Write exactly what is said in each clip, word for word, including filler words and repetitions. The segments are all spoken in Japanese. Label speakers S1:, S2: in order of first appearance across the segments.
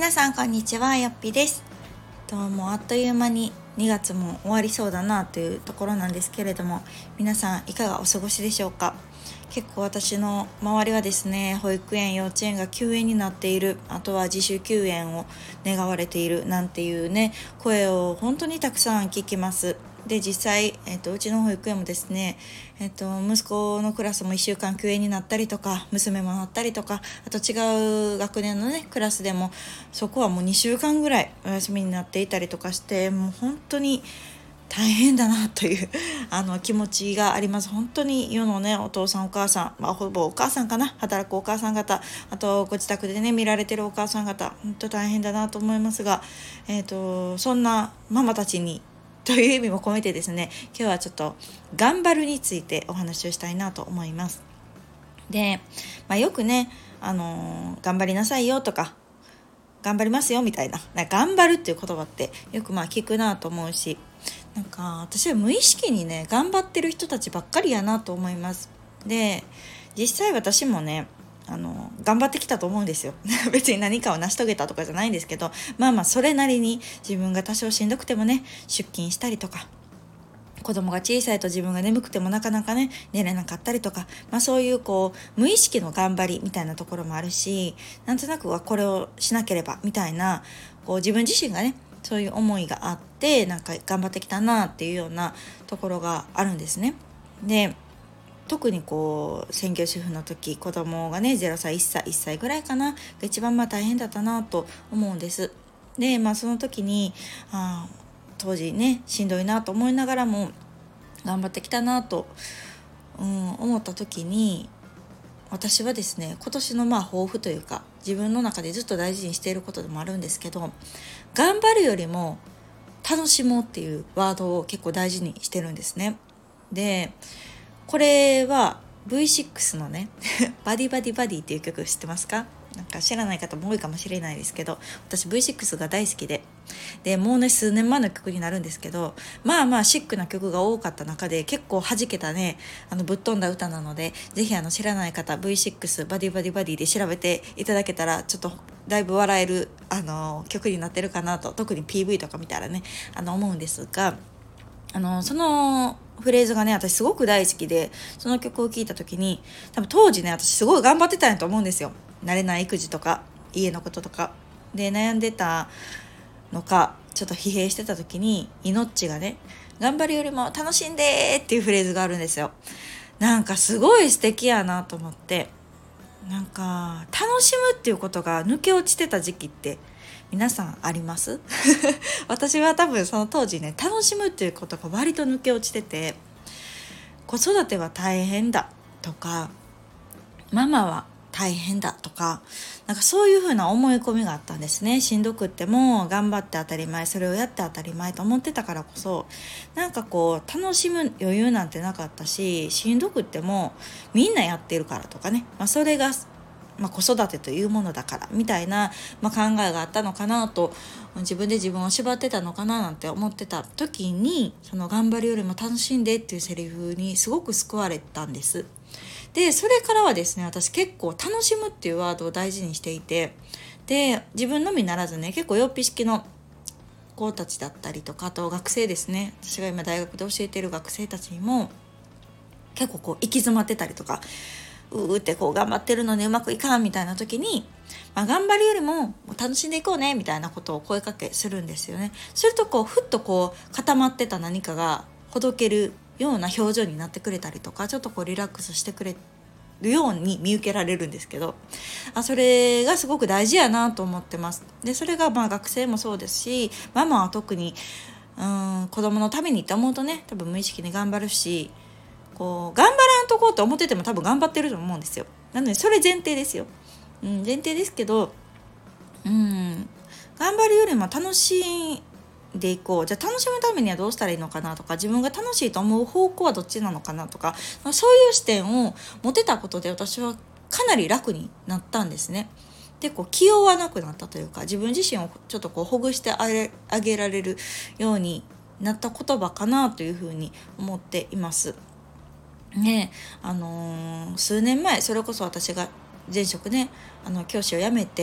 S1: 皆さんこんにちは、よっぴです。ともうあっという間ににがつも終わりそうだなというところなんですけれども、皆さんいかがお過ごしでしょうか。結構私の周りはですね、保育園幼稚園が休園になっている、あとは自主休園を願われているなんていうね声を本当にたくさん聞きます。で実際、えっと、うちの保育園もですね、えっと、息子のクラスもいっしゅうかん休園になったりとか、娘もなったりとか、あと違う学年のねクラスでもそこはもうにしゅうかんぐらいお休みになっていたりとかして、もう本当に大変だなというあの気持ちがあります。本当に世のねお父さんお母さん、まあ、ほぼお母さんかな、働くお母さん方、あとご自宅でね見られてるお母さん方、本当大変だなと思いますが、えーと、そんなママたちにという意味も込めてですね、今日はちょっと頑張るについてお話をしたいなと思います。で、まあ、よくね、あのー、頑張りなさいよとか頑張りますよみたいな、なんか頑張るっていう言葉ってよくまあ聞くなと思うし、なんか私は無意識にね頑張ってる人たちばっかりやなと思います。で実際私もねあの頑張ってきたと思うんですよ別に何かを成し遂げたとかじゃないんですけど、まあまあそれなりに自分が多少しんどくてもね出勤したりとか、子供が小さいと自分が眠くてもなかなかね寝れなかったりとか、まあ、そういうこう無意識の頑張りみたいなところもあるし、なんとなくはこれをしなければみたいな、こう自分自身がねそういう思いがあって、なんか頑張ってきたなっていうようなところがあるんですね。で特にこう専業主婦の時、子供がねゼロさいいっさいいっさいぐらいかなが一番まあ大変だったなと思うんです。でまあその時にあ当時ねしんどいなと思いながらも頑張ってきたなと、うん、思った時に、私はですね今年のまあ抱負というか自分の中でずっと大事にしていることでもあるんですけど、頑張るよりも楽しもうっていうワードを結構大事にしてるんですね。でこれは ブイシックス のねバディバディバディっていう曲知ってますか？なんか知らない方も多いかもしれないですけど、私 ブイシックス が大好きで、でもうね数年前の曲になるんですけど、まあまあシックな曲が多かった中で結構弾けたねあのぶっ飛んだ歌なので、ぜひあの知らない方 ブイシックス バディバディバディで調べていただけたらちょっとだいぶ笑えるあの曲になってるかなと、特に ピーブイ とか見たらねあの思うんですが、あのそのフレーズがね私すごく大好きで、その曲を聴いた時に多分当時ね私すごい頑張ってたんやと思うんですよ。慣れない育児とか家のこととかで悩んでたのか、ちょっと疲弊してた時にイノッチがね頑張るよりも楽しんでっていうフレーズがあるんですよ。なんかすごい素敵やなと思って、なんか楽しむっていうことが抜け落ちてた時期って皆さんあります私は多分その当時ね楽しむっていうことが割と抜け落ちてて、子育ては大変だとかママは大変だとか、なんかそういう風な思い込みがあったんですね。しんどくっても頑張って当たり前、それをやって当たり前と思ってたからこそ、なんかこう楽しむ余裕なんてなかったし、しんどくってもみんなやってるからとかね、まあ、それがまあ、子育てというものだからみたいな、まあ、考えがあったのかなと、自分で自分を縛ってたのかななんて思ってた時に、その頑張るよりも楽しんでっていうセリフにすごく救われたんです。でそれからはですね、私結構楽しむっていうワードを大事にしていて、で自分のみならずね結構よっぴ式の子たちだったりとか、あと学生ですね、私が今大学で教えている学生たちにも結構こう行き詰まってたりとか、うーってこう頑張ってるのにうまくいかんみたいな時に、まあ、頑張るよりも楽しんでいこうねみたいなことを声かけするんですよね。するとこうふっとこう固まってた何かがほどけるような表情になってくれたりとか、ちょっとこうリラックスしてくれるように見受けられるんですけど、あそれがすごく大事やなと思ってます。でそれがまあ学生もそうですし、ママは特にうーん子供のためにって思うとね、多分無意識に頑張るし、こう頑張らんとこうと思ってても多分頑張ってると思うんですよ。なのでそれ前提ですよ、うん、前提ですけど、うん頑張るよりも楽しんでいこう、じゃあ楽しむためにはどうしたらいいのかなとか、自分が楽しいと思う方向はどっちなのかなとか、そういう視点を持てたことで私はかなり楽になったんですね。でこう気負わなくなったというか、自分自身をちょっとこうほぐしてあげ、あげられるようになった言葉かなというふうに思っていますね。あのー、数年前、それこそ私が前職ねあの教師を辞めて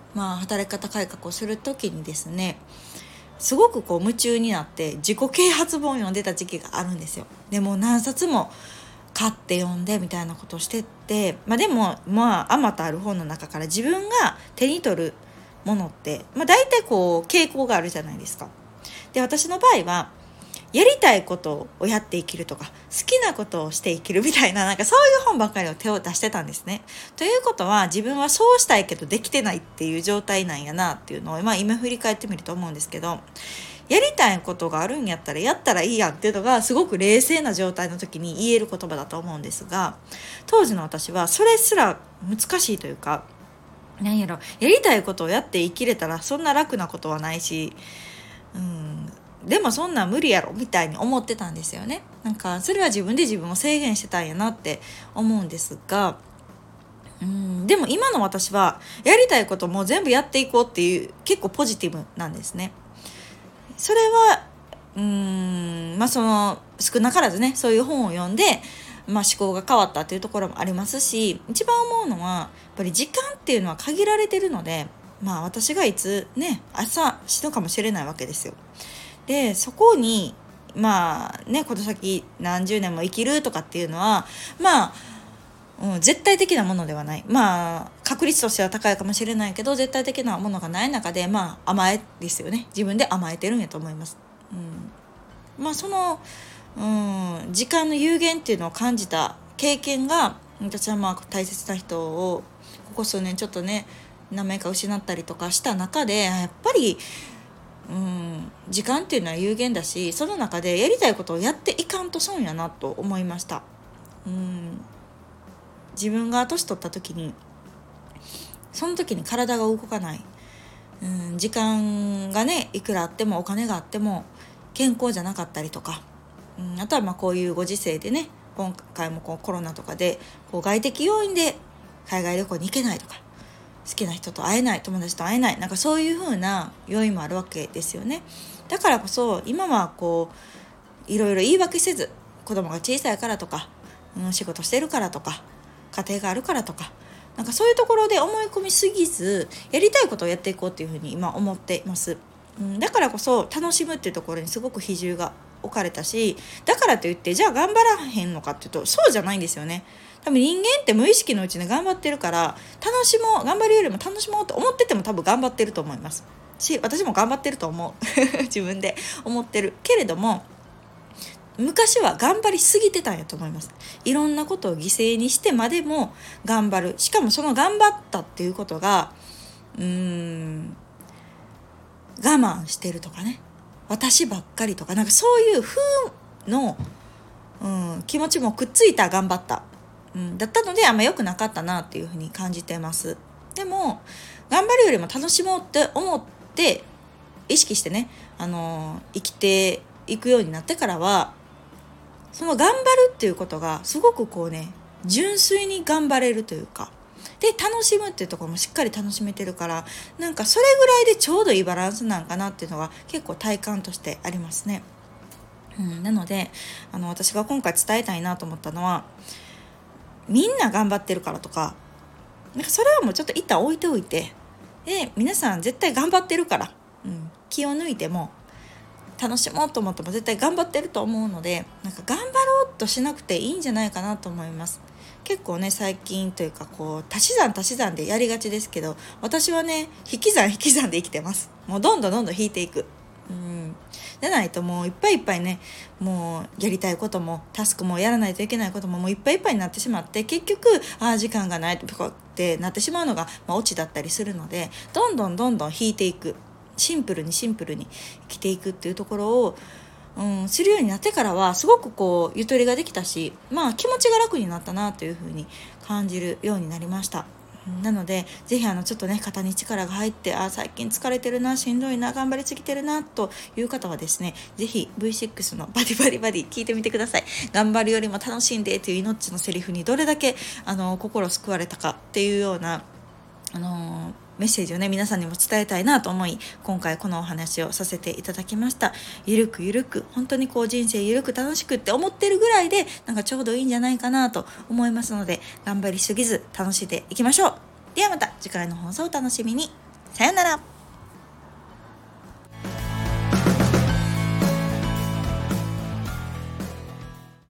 S1: まあ、働き方改革をする時にですね、すごくこう夢中になって自己啓発本を読んでた時期があるんですよ。でも何冊も買って読んでみたいなことをしてって、まあ、でもまああまたある本の中から自分が手に取るものって、まあ、大体こう傾向があるじゃないですか。で、私の場合はやりたいことをやって生きるとか、好きなことをして生きるみたいな、なんかそういう本ばっかりを手を出してたんですね。ということは、自分はそうしたいけどできてないっていう状態なんやなっていうのを、まあ、今振り返ってみると思うんですけど、やりたいことがあるんやったらやったらいいやんっていうのがすごく冷静な状態の時に言える言葉だと思うんですが、当時の私はそれすら難しいというか、何やろ、やりたいことをやって生きれたらそんな楽なことはないし、うんでもそんなん無理やろみたいに思ってたんですよね。なんかそれは自分で自分を制限してたんやなって思うんですが、うんでも今の私はやりたいことも全部やっていこうっていう結構ポジティブなんですね。それはうーんまあその少なからずね、そういう本を読んで、まあ、思考が変わったっていうところもありますし、一番思うのはやっぱり時間っていうのは限られてるので、まあ私がいつね朝死ぬかもしれないわけですよ。でそこにまあねこの先何十年も生きるとかっていうのはまあ、うん、絶対的なものではない。まあ確率としては高いかもしれないけど絶対的なものがない中で、まあ甘えですよね。自分で甘えてるんやと思います。うん、まあその、うん、時間の有限っていうのを感じた経験が、私はまあ大切な人をここ数年ちょっとね何名か失ったりとかした中で、やっぱりうん、時間っていうのは有限だし、その中でやりたいことをやっていかんと損やなと思いました。うん、自分が年取った時にその時に体が動かない、うん、時間がねいくらあってもお金があっても健康じゃなかったりとか、うん、あとはまあこういうご時世でね、今回もこうコロナとかでこう外的要因で海外旅行に行けないとか、好きな人と会えない、友達と会えない、なんかそういう風な要因もあるわけですよね。だからこそ今はこういろいろ言い訳せず、子供が小さいからとか、うん、仕事してるからとか、家庭があるからとか、なんかそういうところで思い込みすぎず、やりたいことをやっていこうっていう風に今思っています。うん、だからこそ楽しむっていうところにすごく比重が置かれたし、だからといってじゃあ頑張らへんのかっていうとそうじゃないんですよね。多分人間って無意識のうちに頑張ってるから、楽しもう、頑張るよりも楽しもうと思ってても多分頑張ってると思いますし、私も頑張ってると思う自分で思ってるけれども、昔は頑張りすぎてたんやと思います。いろんなことを犠牲にしてまでも頑張る。しかもその頑張ったっていうことがうーん我慢してるとかね、私ばっかりとか、なんかそういう風の、うん、気持ちもくっついた頑張った、うん、だったのであんま良くなかったなっていう風に感じてます。でも頑張るよりも楽しもうって思って意識してね、あの生きていくようになってからは、その頑張るっていうことがすごくこうね純粋に頑張れるというか、で楽しむっていうところもしっかり楽しめてるから、なんかそれぐらいでちょうどいいバランスなんかなっていうのが結構体感としてありますね。うん、なのであの私が今回伝えたいなと思ったのは、みんな頑張ってるからとか、なんかそれはもうちょっと一旦置いておいて、で皆さん絶対頑張ってるから、うん、気を抜いても楽しもうと思っても絶対頑張ってると思うので、なんか頑張ろうとしなくていいんじゃないかなと思います。結構ね最近というかこう足し算足し算でやりがちですけど、私はね引き算引き算で生きてます。もうどんどんどんどん引いていく。うんでないともういっぱいいっぱいね、もうやりたいこともタスクもやらないといけないことももういっぱいいっぱいになってしまって、結局ああ時間がないとかってなってしまうのが、まあ、オチだったりするので、どんどんどんどん引いていく、シンプルにシンプルに生きていくっていうところを、うん、するようになってからはすごくこうゆとりができたし、まあ気持ちが楽になったなというふうに感じるようになりました。なのでぜひあのちょっとね肩に力が入って、あ最近疲れてるな、しんどいな、頑張りすぎてるなという方はですね、ぜひ ブイシックス のバディバディバディ聞いてみてください。頑張るよりも楽しんでという命のセリフにどれだけあの心救われたかっていうようなあのメッセージをね皆さんにも伝えたいなと思い、今回このお話をさせていただきました。ゆるくゆるく、本当にこう人生ゆるく楽しくって思ってるぐらいでなんかちょうどいいんじゃないかなと思いますので、頑張りすぎず楽しんでいきましょう。ではまた次回の放送をお楽しみに。 さようなら。